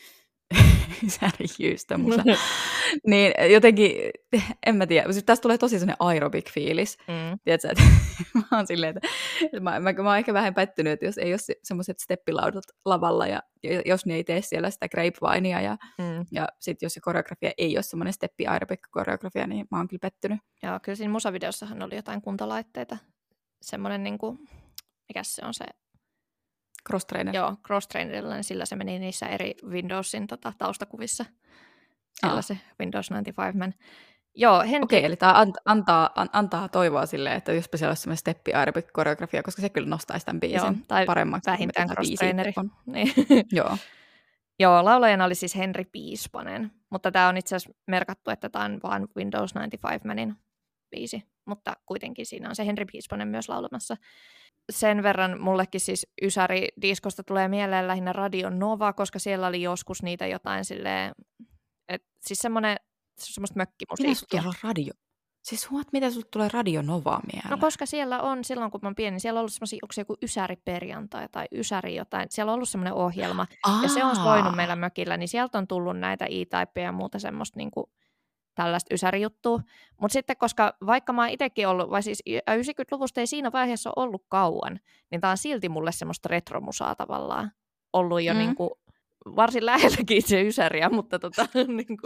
ysärijyystä musa. Niin jotenkin, en mä tiedä, siis tästä tulee tosi sellainen aerobic-fiilis. Mm. Tiedätkö, että mä oon silleen, että mä, mä, mä oon ehkä vähän pettynyt, että jos ei ole se, semmoiset steppilaudat lavalla ja jos ne ei tee siellä sitä grapevinea ja, Mm. ja sitten jos se koreografia ei ole semmoinen steppi aerobic-koreografia, niin mä oon kyllä pettynyt. Joo, kyllä siinä musavideossahan oli jotain kuntolaitteita. Semmoinen niinku, mikäs se on se? Cross-trainer. Joo, cross-trainerilla, niin sillä se meni niissä eri Windowsin tota, taustakuvissa. Sillä Aa. se Windows yhdeksänkymmentäviisi Man. Joo, Henri. Okei, eli tämä antaa, an, antaa toivoa silleen, että jospa siellä olisi semmoinen steppi aerobic-koreografia, koska se kyllä nostaisi tämän biisin Joo, tai paremmaksi. kuin vähintään mitä tämä biisi cross-traineri. itse on. Niin. Joo. Joo, laulajana oli siis Henri Piispanen, mutta tämä on itse asiassa merkattu, että tämä on vain Windows yhdeksänkymmentäviisi Manin biisi, mutta kuitenkin siinä on se Henri Piispanen myös laulamassa. Sen verran mullekin siis ysäri-diskosta tulee mieleen lähinnä Radio Nova, koska siellä oli joskus niitä jotain silleen, että siis semmoinen, semmoista Mitä mökkimusiikkia. sulla tulee radio? Siis huomaat, miten sulla tulee Radio Nova mieleen? No koska siellä on, silloin kun mä oon pieni, siellä on ollut semmoisia, onko se joku ysäriperjantai tai ysäri jotain, siellä on ollut semmoinen ohjelma, ja se on soinut meillä mökillä, niin sieltä on tullut näitä E-Typeja ja muuta semmoista niinku tällaista ysärijuttua. Mutta sitten, koska vaikka mä oon itsekin ollut, vai siis yhdeksänkymmentäluvusta ei siinä vaiheessa ollut kauan, niin tää on silti mulle semmoista retromusaa tavallaan ollut jo Mm. niinku, varsin lähelläkin itse ysäriä, mutta tota niinku.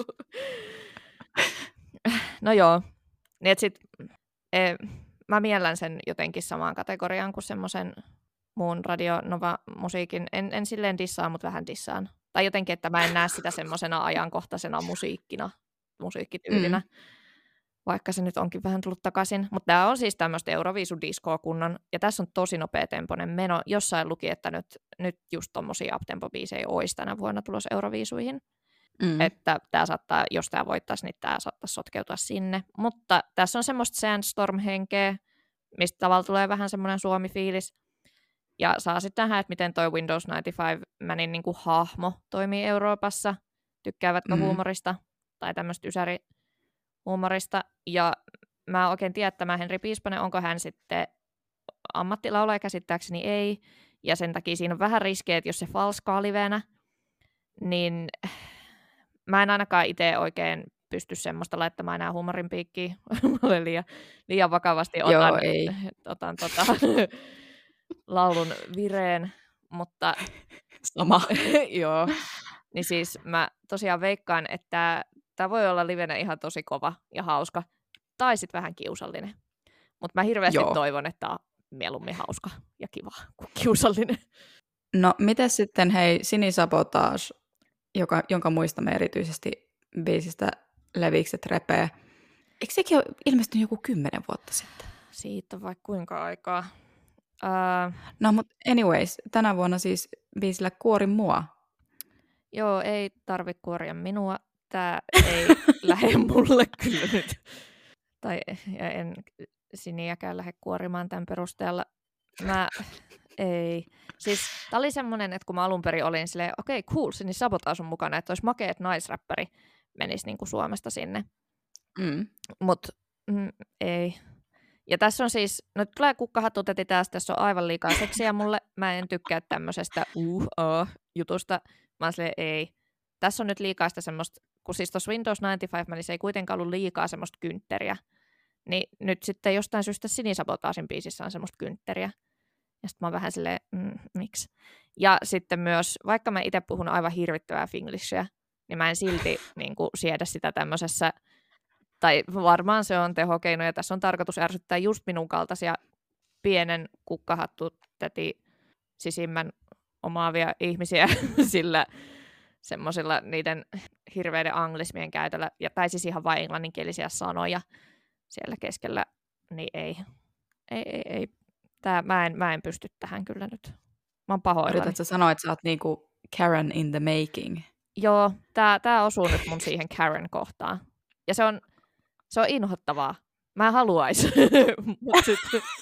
No joo, niin et sit, e, mä miellän sen jotenkin samaan kategoriaan kuin semmoisen muun Radio Nova-musiikin. En, en silleen dissaa, mutta vähän dissaan. Tai jotenkin, että mä en näe sitä semmoisena ajankohtaisena musiikkina, musiikkityylinä, mm. vaikka se nyt onkin vähän tullut takaisin. Mutta tämä on siis tämmöistä Euroviisu-diskoa kunnon, ja tässä on tosi nopeatempoinen meno. Jossain luki, että nyt, nyt just tommosia uptempo-biisejä olisi tänä vuonna tulossa Euroviisuihin. Mm. Että tämä saattaa, jos tämä voittaisi, niin tämä saattaa sotkeutua sinne. Mutta tässä on semmoista Sandstorm-henkeä, mistä tavalla tulee vähän semmoinen Suomi-fiilis. Ja saa sitten nähdä, että miten toi Windows yhdeksänkymmentäviisi Manin niin kuin hahmo toimii Euroopassa. Tykkäävätkö Mm. huumorista tai tämmöistä ysäri-huumorista. Ja mä en oikein tiedä, että tämä Henri Piispanen, onko hän sitten ammattilaulaja, käsittääkseni ei. Ja sen takia siinä on vähän riskejä, että jos se falskaa livenä, niin mä en ainakaan itse oikein pysty semmoista laittamaan enää huumorin piikkiin. Mä olen liian, liian vakavasti otan, Joo, ei. otan tota, laulun vireen, mutta Sama. joo. Niin siis mä tosiaan veikkaan, että tämä voi olla livenä ihan tosi kova ja hauska, tai sitten vähän kiusallinen. Mutta mä hirveästi Joo. toivon, että tää on mieluummin hauska ja kiva kuin kiusallinen. No, miten sitten, hei, Sinisabotage, joka, jonka muistamme erityisesti biisistä Levikset repee. Eikö sekin ole ilmestynyt joku kymmenen vuotta sitten? Siitä vaikka kuinka aikaa. Öö, No, mutta anyways, tänä vuonna siis biisillä Kuori mua. joo, ei tarvitse kuoria minua. Tää ei lähde mulle kyllä nyt. Tai ja en Siniäkään lähde kuorimaan tämän perusteella. Mä, ei. Siis tää oli semmonen, että kun mä alun perin olin silleen, okei, okay, cool, Sini Sabotage on mukana, että olisi makea, että naisräppäri menisi niinku Suomesta sinne. Mm. Mut mm, ei. Ja tässä on siis, no tulee kukkahattutetti tästä, tässä on aivan liikaa seksiä mulle. Mä en tykkää tämmöisestä uh, uh, jutusta. Mä oon silleen, ei. Tässä on nyt liikaa sitä semmoista, kun siis tuossa Windows yhdeksänkymmentäviisi välissä ei kuitenkaan ollut liikaa semmoista kyntteriä. Niin nyt sitten jostain syystä Sinisabotaasin biisissä on semmoista kyntteriä. Ja sitten mä oon vähän silleen, mm, miksi? Ja sitten myös, vaikka mä itse puhun aivan hirvittävää finglishia, niin mä en silti niin kuin, siedä sitä tämmöisessä, tai varmaan se on tehokeino, ja tässä on tarkoitus ärsyttää just minun kaltaisia pienen kukkahattutäti sisimmän omaavia ihmisiä sillä semmoisilla niiden hirveiden anglismien käytöllä, ja, tai siis ihan vain englanninkielisiä sanoja siellä keskellä, niin ei, ei, ei, ei. Tää, mä, en, mä en pysty tähän kyllä nyt. Mä oon pahoillani. Yrität sä sanoa, että sä oot niinku Karen in the making? Joo, tää, tää osuu nyt mun siihen Karen-kohtaan. Ja se on, se on inhottavaa. Mä haluais. Mut sit...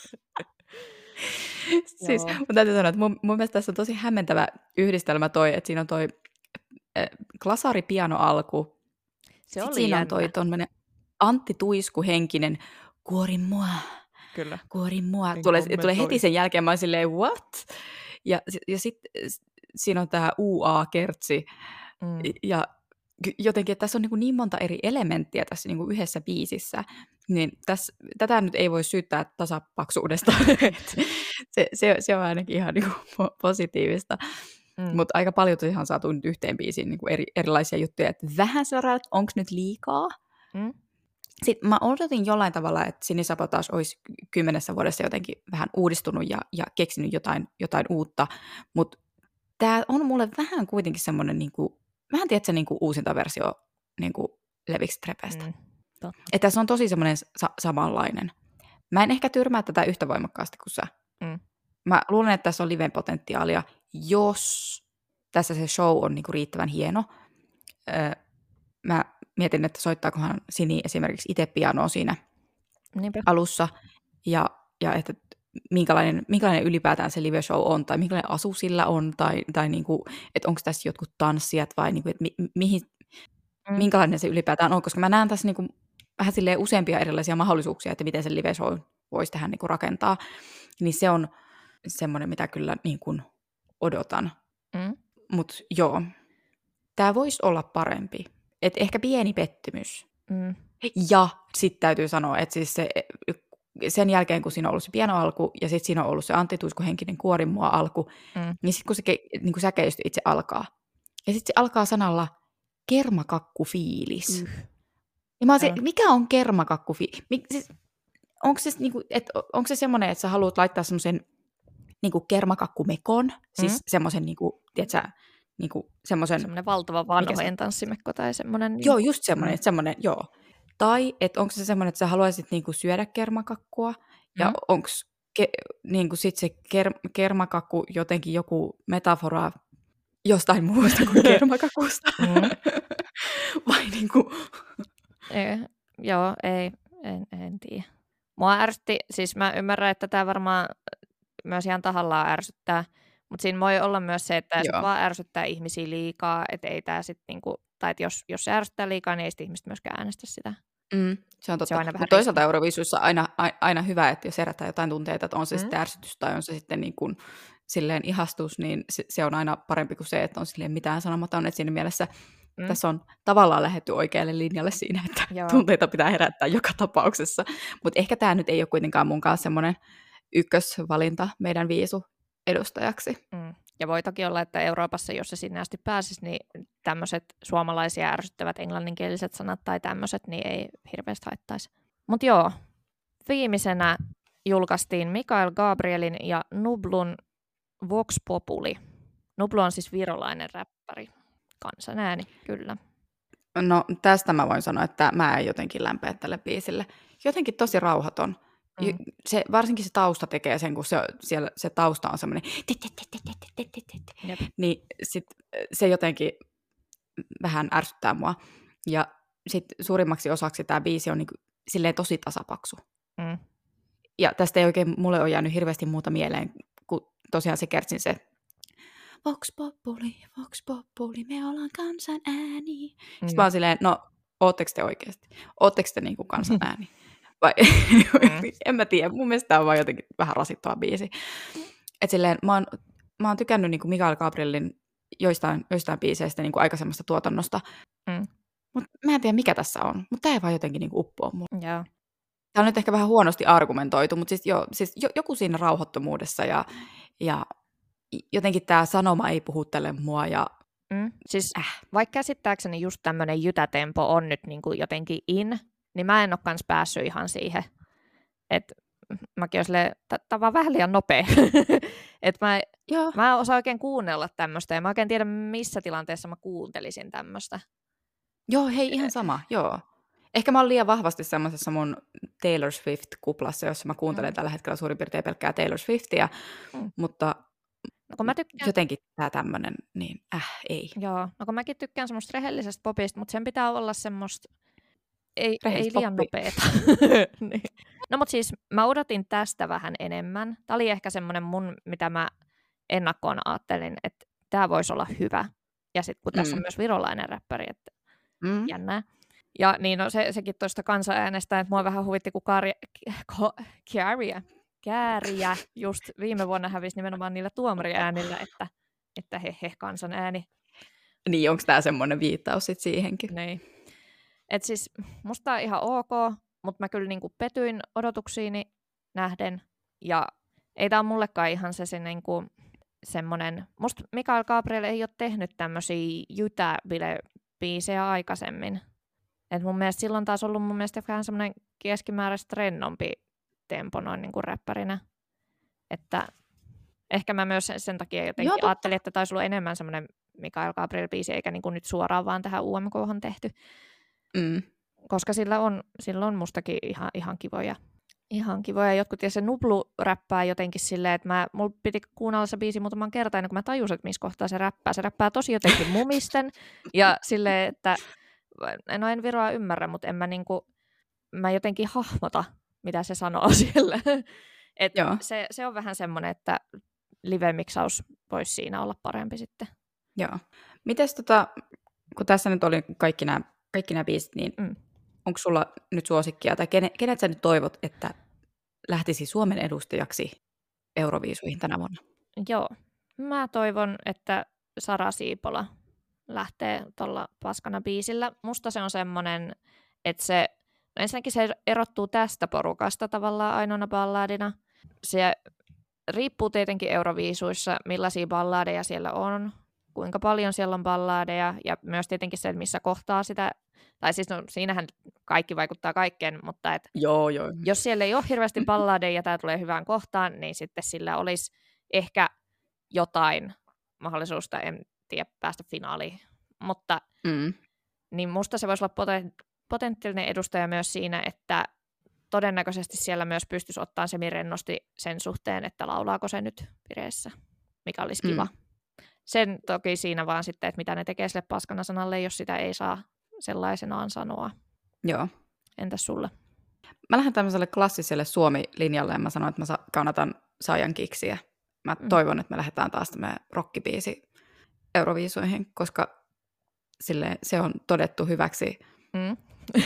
Siis mun täytyy sanoa, että mun, mun mielestä tässä on tosi hämmentävä yhdistelmä toi, että siinä on toi äh, glasaripiano-alku. Se oli siinä jännä. on toi tommonen Antti Tuisku-henkinen kuori mua, Kyllä. kuori mua. Tulee, tulee heti sen jälkeen, mä oon silleen, what? Ja, ja sitten siinä on tää U A-kertsi. Mm. Ja jotenkin, että tässä on niin, niin monta eri elementtiä tässä niin yhdessä biisissä, niin tässä, tätä nyt ei voi syyttää tasapaksuudesta. se, se, se on ainakin ihan niin kuin positiivista. Mm. Mutta aika paljon tosiaan on saatu nyt yhteen biisiin niin kuin eri, erilaisia juttuja, että vähän sellainen, että onko nyt liikaa? Mm. Sitten mä odotin jollain tavalla, että Sinisabotage olisi kymmenessä vuodessa jotenkin vähän uudistunut ja, ja keksinyt jotain, jotain uutta, mutta tämä on mulle vähän kuitenkin semmoinen, niin kuin, vähän tiedätkö, niin kuin uusinta versio niin kuin Levikset repestä. Mm. Että se on tosi semmoinen sa- samanlainen. Mä en ehkä tyrmää tätä yhtä voimakkaasti kuin sä. Mm. Mä luulen, että tässä on liven potentiaalia, jos tässä se show on niin kuin riittävän hieno. Öö, mä mietin, että soittaakohan Sini esimerkiksi itse pianoa siinä Niinpä. alussa, ja, ja että minkälainen, minkälainen ylipäätään se live-show on, tai minkälainen asu sillä on, tai, tai niinku, että onko tässä jotkut tanssijat, vai niinku, että mi, mihin, mm. minkälainen se ylipäätään on, koska mä näen tässä niinku vähän silleen useampia erilaisia mahdollisuuksia, että miten se live-show voisi tähän niinku rakentaa, niin se on semmoinen, mitä kyllä niinku odotan. Mm. Mutta joo, tämä voisi olla parempi. Et ehkä pieni pettymys. Mm. Ja sitten täytyy sanoa, että siis se, sen jälkeen, kun siinä on ollut se piano-alku, ja sitten siinä on ollut se Antti Tuisku-henkinen kuori mua alku, mm. niin sitten kun se niin säkeistö itse alkaa, ja sitten se alkaa sanalla kermakakkufiilis. Mm. Ja mä oon se, mm. mikä on kermakakkufiilis? Siis, onko se, niinku, et, onko se semmoinen, että sä haluat laittaa semmoisen niinku kermakakkumekon, siis mm. semmoisen, niinku, tiedätkö, niinku semmoisen... Semmoinen valtava vanhojen tanssimekko tai semmoinen... Niin... Joo, just semmoinen, mm. semmoinen, joo. Tai että onko se semmoinen, että sä haluaisit niinku syödä kermakakkua, ja mm. onko ke, niinku sit se ker, kermakakku jotenkin joku metafora jostain muusta kuin kermakakusta? Mm. Vai niinku... Ei, joo, ei, en, en tiedä. Mua ärsytti, siis mä ymmärrän, että tämä varmaan myös ihan tahallaan ärsyttää, mutta siinä voi olla myös se, että se vaan ärsyttää ihmisiä liikaa, että ei tää sit niinku, tai että jos, jos se ärsyttää liikaa, niin ei sit ihmiset myöskään äänestä sitä. Mm, se on totta. Mutta toisaalta Euroviisuissa aina, aina hyvä, että jos herättää jotain tunteita, että on se mm. sitten ärsytys tai on se sitten niin kuin, silleen ihastus, niin se, se on aina parempi kuin se, että on silleen mitään sanomaton. Että siinä mielessä mm. tässä on tavallaan lähdetty oikealle linjalle siinä, että Joo. tunteita pitää herättää joka tapauksessa. Mutta ehkä tämä nyt ei ole kuitenkaan mun kanssa semmoinen ykkösvalinta meidän viisu-edustajaksi. Mm. Ja voi toki olla, että Euroopassa, jos se sinne asti pääsisi, niin tämmöiset suomalaisia ärsyttävät englanninkieliset sanat tai tämmöiset, niin ei hirveästi haittaisi. Mutta joo, viimeisenä julkaistiin Mikael Gabrielin ja Nublun Vox Populi. Nublu on siis virolainen räppäri. Kansanääni, kyllä. No tästä mä voin sanoa, että mä en jotenkin lämpeä tälle biisille. Jotenkin tosi rauhaton. Mm. Se, varsinkin se tausta tekee sen, kun se, siellä, se tausta on semmoinen, niin sit se jotenkin vähän ärsyttää mua. Ja sitten suurimmaksi osaksi tämä biisi on niinku silleen tosi tasapaksu. Mm. Ja tästä ei oikein mulle ole jäänyt hirveästi muuta mieleen, kun tosiaan se kertsin se Vox Populi, Vox Populi, me ollaan kansan ääni. Mm. Sitten mä oon silleen, no ootteko te oikeasti? Ootteko te niinku kansan ääni? Vai mm. en mä tiedä, mun mielestä tää on vaan jotenkin vähän rasittava biisi. Et silleen, mä oon, mä oon tykännyt niinku Mikael Gabrielin joistain, joistain biiseistä niinku aikaisemmasta tuotannosta. Mm. Mutta mä en tiedä, mikä tässä on. Mutta tää ei vaan jotenkin niinku uppoa mulle. Yeah. Tää on nyt ehkä vähän huonosti argumentoitu, mutta siis, jo, siis jo, joku siinä rauhattomuudessa ja, ja jotenkin tämä sanoma ei puhuttele mua. Ja, mm. Siis äh. vaikka käsittääkseni just tämmöinen jytätempo on nyt niinku jotenkin in, niin mä en ole kans päässyt ihan siihen. Että mäkin olen silleen, tämä on vaan vähän liian nopea. Että mä, mä en osaa oikein kuunnella tämmöistä ja mä oikein tiedä, missä tilanteessa mä kuuntelisin tämmöistä. Joo, hei, ihan sama, joo. Ehkä mä oon liian vahvasti semmoisessa mun Taylor Swift-kuplassa, jossa mä kuuntelen mm. tällä hetkellä suurin piirtein pelkkää Taylor Swiftia, mm. mutta no, kun mä tykkään... jotenkin tää tämmönen, niin äh, ei. Joo, no kun mäkin tykkään semmoista rehellisestä popista, mutta sen pitää olla semmoista, ei, ei liian nopeeta. Niin. No mutta siis mä odotin tästä vähän enemmän. Tää oli ehkä semmoinen mun, mitä mä ennakkoon ajattelin, että tää voisi olla hyvä. Ja sitten kun tässä mm. on myös virolainen räppäri, että mm. jännää. Ja niin no se, sekin tuosta kansanäänestä, että mua vähän huvitti, kun Kääriä, Kääriä, Kääriä just viime vuonna hävisi nimenomaan niillä tuomariäänillä, että, että he he kansan ääni. Niin, onko tämä semmoinen viittaus sitten siihenkin? Niin. Että siis musta on ihan ok, mutta mä kyllä niinku petyin odotuksiini nähden. Ja ei tää ole mullekaan ihan se, se niinku, semmoinen... Musta Mikael Gabriel ei ole tehnyt tämmöisiä jytäbile-biisejä aikaisemmin. Et mun mielestä silloin taas ollut mun mielestä vähän semmoinen keskimääräistä rennompi tempo noin niin kuin räppärinä. Että ehkä mä myös sen takia jotenkin Joo, ajattelin, että taisi olla enemmän semmoinen Mikael Gabriel-biisi, eikä niin kuin nyt suoraan vaan tähän U M K:hon tehty. Mm. Koska sillä on, sillä on mustakin ihan, ihan kivoja. Ihan kivoja. Jotkut ja se Nublu räppää jotenkin silleen, että mä, mulla piti kuunnella se biisi muutaman kertaa, ennen kuin mä tajusin, että missä kohtaa se räppää. Se räppää tosi jotenkin mumisten ja silleen, että no en viroa ymmärrä, mutta en mä niinku, mä jotenkin hahmota, mitä se sanoo siellä. Et se, se on vähän semmoinen, että live-miksaus voisi siinä olla parempi sitten. Joo. Mites tota, kun tässä nyt oli kaikki nämä kaikki nämä biisit, niin mm. onko sulla nyt suosikkia, tai kenet, kenet sä nyt toivot, että lähtisi Suomen edustajaksi Euroviisuihin tänä vuonna? Joo. Mä toivon, että Sara Siipola lähtee tuolla paskana biisillä. Musta se on semmoinen, että se, no ensinnäkin se erottuu tästä porukasta tavallaan ainoana balladina. Se riippuu tietenkin Euroviisuissa, millaisia balladeja siellä on, kuinka paljon siellä on balladeja, ja myös tietenkin se, missä kohtaa sitä, tai siis no, siinähän kaikki vaikuttaa kaikkeen, mutta et joo, joo. jos siellä ei ole hirveästi balladeja ja tämä tulee hyvään kohtaan, niin sitten sillä olisi ehkä jotain mahdollisuutta, en tiedä, päästä finaaliin. Mutta mm. niin musta se voisi olla potentiaalinen edustaja myös siinä, että todennäköisesti siellä myös pystyisi ottaa semirennosti sen suhteen, että laulaako se nyt vireessä, mikä olisi kiva. Mm. Sen toki siinä vaan sitten, että mitä ne tekee sille paskana sanalle, jos sitä ei saa sellaisenaan sanoa. Joo. Entäs sulle? Mä lähden tämmöiselle klassiselle Suomi-linjalle ja mä sanon, että mä kannatan Saajan kiksiä. Mä mm. toivon, että me lähdetään taas tämmöinen rockibiisi Euroviisuihin, koska silleen, se on todettu hyväksi mm.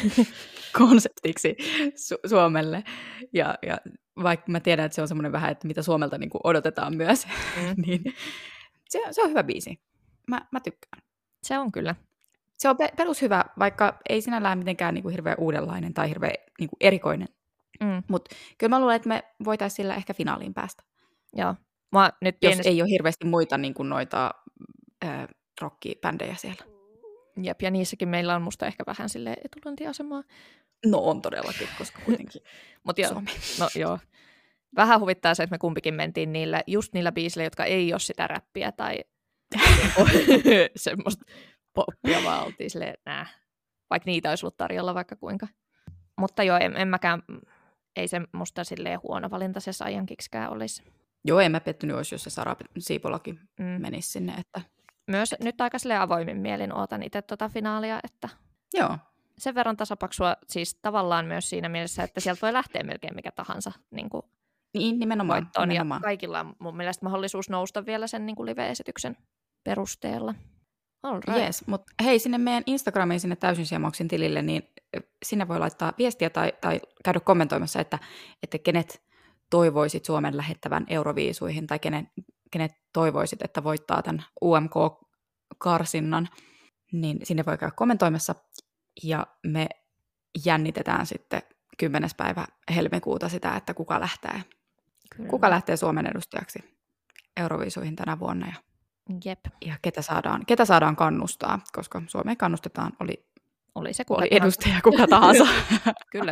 konseptiksi Su- Suomelle. Ja, ja vaikka mä tiedän, että se on semmoinen vähän, että mitä Suomelta niin kuin odotetaan myös, mm. niin se, se on hyvä biisi. Mä, mä tykkään. Se on kyllä. Se on pe- perushyvä, vaikka ei sinällään mitenkään niinku hirveän uudenlainen tai hirveän niinku erikoinen. Mm. Mutta kyllä mä luulen, että me voitaisiin sillä ehkä finaaliin päästä. Joo. Mä nyt Jos pienesti... ei ole hirveästi muita niin kuin noita äh, rock-bändejä siellä. Jep, ja niissäkin meillä on musta ehkä vähän silleen etulyöntiasemaa. No on todellakin, koska kuitenkin Mut joo, Suomi. no joo. Vähän huvittaa se, että me kumpikin mentiin niillä, just niillä biisillä, jotka ei ole sitä räppiä tai semmoista poppia, vaan oltiin silleen, nää. Vaikka niitä olisi ollut tarjolla vaikka kuinka. Mutta joo, en, en mäkään, ei se musta silleen huono valinta se Saijankiksikään olisi. Joo, en mä pettynyt olisi, jos se Sara Siipolakin Mm. menisi sinne. Että... Myös nyt aika silleen avoimin mielin ootan itse tuota finaalia, että Joo. sen verran tasapaksua siis tavallaan myös siinä mielessä, että sieltä voi lähteä melkein mikä tahansa niin kuin Niin, nimenomaan. voittoon. nimenomaan. Ja kaikilla on mun mielestä mahdollisuus nousta vielä sen niin kuin live-esityksen perusteella. All right. Yes, mutta hei, sinne meidän Instagramiin, sinne Täysin Siemauksin tilille, niin sinne voi laittaa viestiä tai, tai käydä kommentoimassa, että, että kenet toivoisit Suomen lähettävän Euroviisuihin tai kenet, kenet toivoisit, että voittaa tämän U M K-karsinnan, niin sinne voi käydä kommentoimassa. Ja me jännitetään sitten kymmenes päivä helmikuuta sitä, että kuka lähtee, Kyllä. kuka lähtee Suomen edustajaksi Euroviisuihin tänä vuonna ja, Jep. ja ketä, saadaan, ketä saadaan kannustaa, koska Suomeen kannustetaan, oli, Oli se kuka oli tahansa. edustaja kuka tahansa. Kyllä.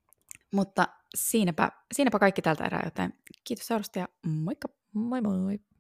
Mutta siinäpä, siinäpä kaikki tältä erää, joten kiitos seurasta ja moikka! Moi moi.